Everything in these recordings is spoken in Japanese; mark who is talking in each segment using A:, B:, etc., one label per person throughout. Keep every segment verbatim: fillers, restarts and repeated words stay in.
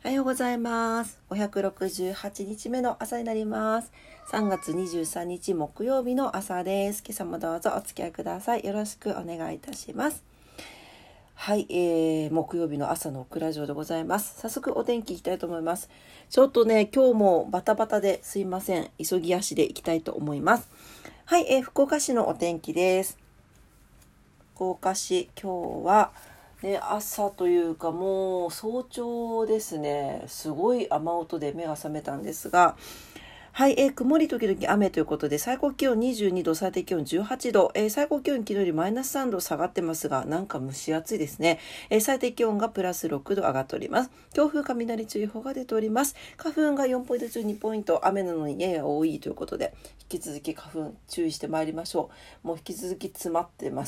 A: おはようございます。ごひゃくろくじゅうはちにちめの朝になります。さんがつにじゅうさんにち木曜日の朝です。今朝もどうぞお付き合いください。よろしくお願いいたします。はい、えー、木曜日の朝のオクラジオでございます。早速お天気いきたいと思います。ちょっとね、今日もバタバタですいません。急ぎ足でいきたいと思います。はい、えー、福岡市のお天気です。福岡市、今日はね、朝というかもう早朝ですね。すごい雨音で目が覚めたんですが、はい、えー、曇り時々雨ということで、最高気温にじゅうにど、最低気温じゅうはちど、えー、最高気温昨日よりマイナスさんど下がってますが、なんか蒸し暑いですね。えー、最低気温がプラスろくど上がっております。強風雷注意報が出ております。花粉がよんポイント中にポイント、雨なのにやや多いということで、引き続き花粉注意してまいりましょう。もう引き続き詰まってます。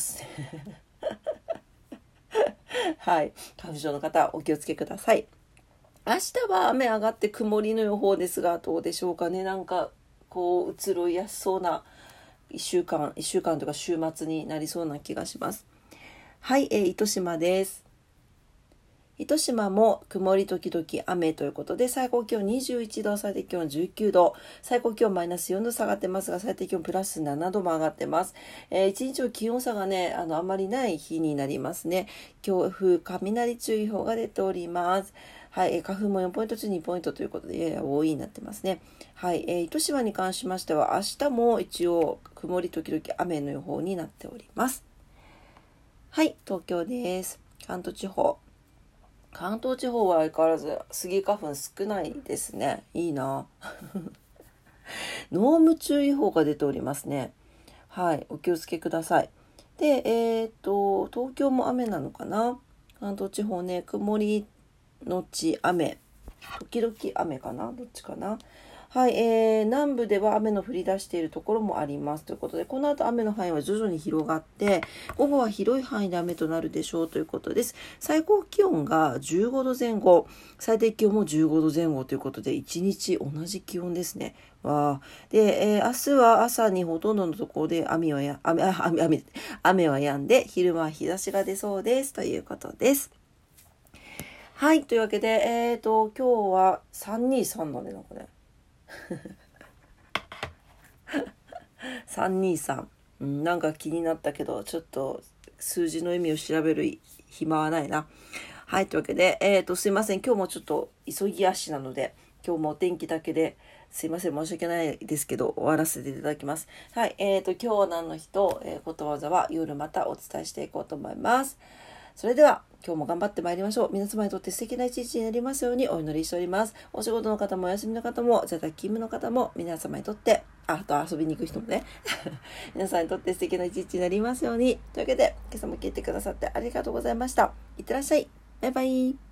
A: はい、花粉症の方お気をつけください。明日は雨上がって曇りの予報ですが、どうでしょうかね。なんかこう移ろいやすそうないっしゅうかんいっしゅうかんとか週末になりそうな気がします。はい、えー、糸島です。糸島も曇り時々雨ということで、最高気温にじゅういちど、最低気温じゅうきゅうど、最高気温マイナスよんど下がってますが、最低気温プラスななども上がってます。えー、一日の気温差がね、あのあまりない日になりますね。強風雷注意報が出ております。はい、えー、花粉もよんポイント中にポイントということで、やや多いになってますね。はい、えー、糸島に関しましては、明日も一応曇り時々雨の予報になっております。はい、東京です。関東地方。関東地方は相変わらずスギ花粉少ないですね。いいな。濃霧注意報が出ておりますね。はい、お気をつけください。で、えー、っと、東京も雨なのかな。関東地方ね、曇りのち雨。時々雨かな、どっちかな。はい、えー、南部では雨の降り出しているところもありますということで、この後雨の範囲は徐々に広がって、午後は広い範囲で雨となるでしょうということです。最高気温がじゅうごどぜん後、最低気温もじゅうごどぜん後ということで、いちにち同じ気温ですね。わで、えー、明日は朝にほとんどのところで雨はや雨雨雨雨は止んで、昼間は日差しが出そうですということです。はい、というわけで、えーと、今日はさんにさんなんで、なんかね。さんにさん、うん、なんか気になったけど、ちょっと数字の意味を調べる暇はないな。はい、というわけで、えーと、すいません。今日もちょっと急ぎ足なので、今日もお天気だけですいません。申し訳ないですけど、終わらせていただきます。はい、えーと、今日は何の日と、えー、ことわざは夜またお伝えしていこうと思います。それでは今日も頑張ってまいりましょう。皆様にとって素敵な一日になりますようにお祈りしております。お仕事の方もお休みの方も在宅勤務の方も皆様にとって、あと遊びに行く人もね皆さんにとって素敵な一日になりますように。というわけで今朝も聞いてくださってありがとうございました。いってらっしゃい。バイバイ。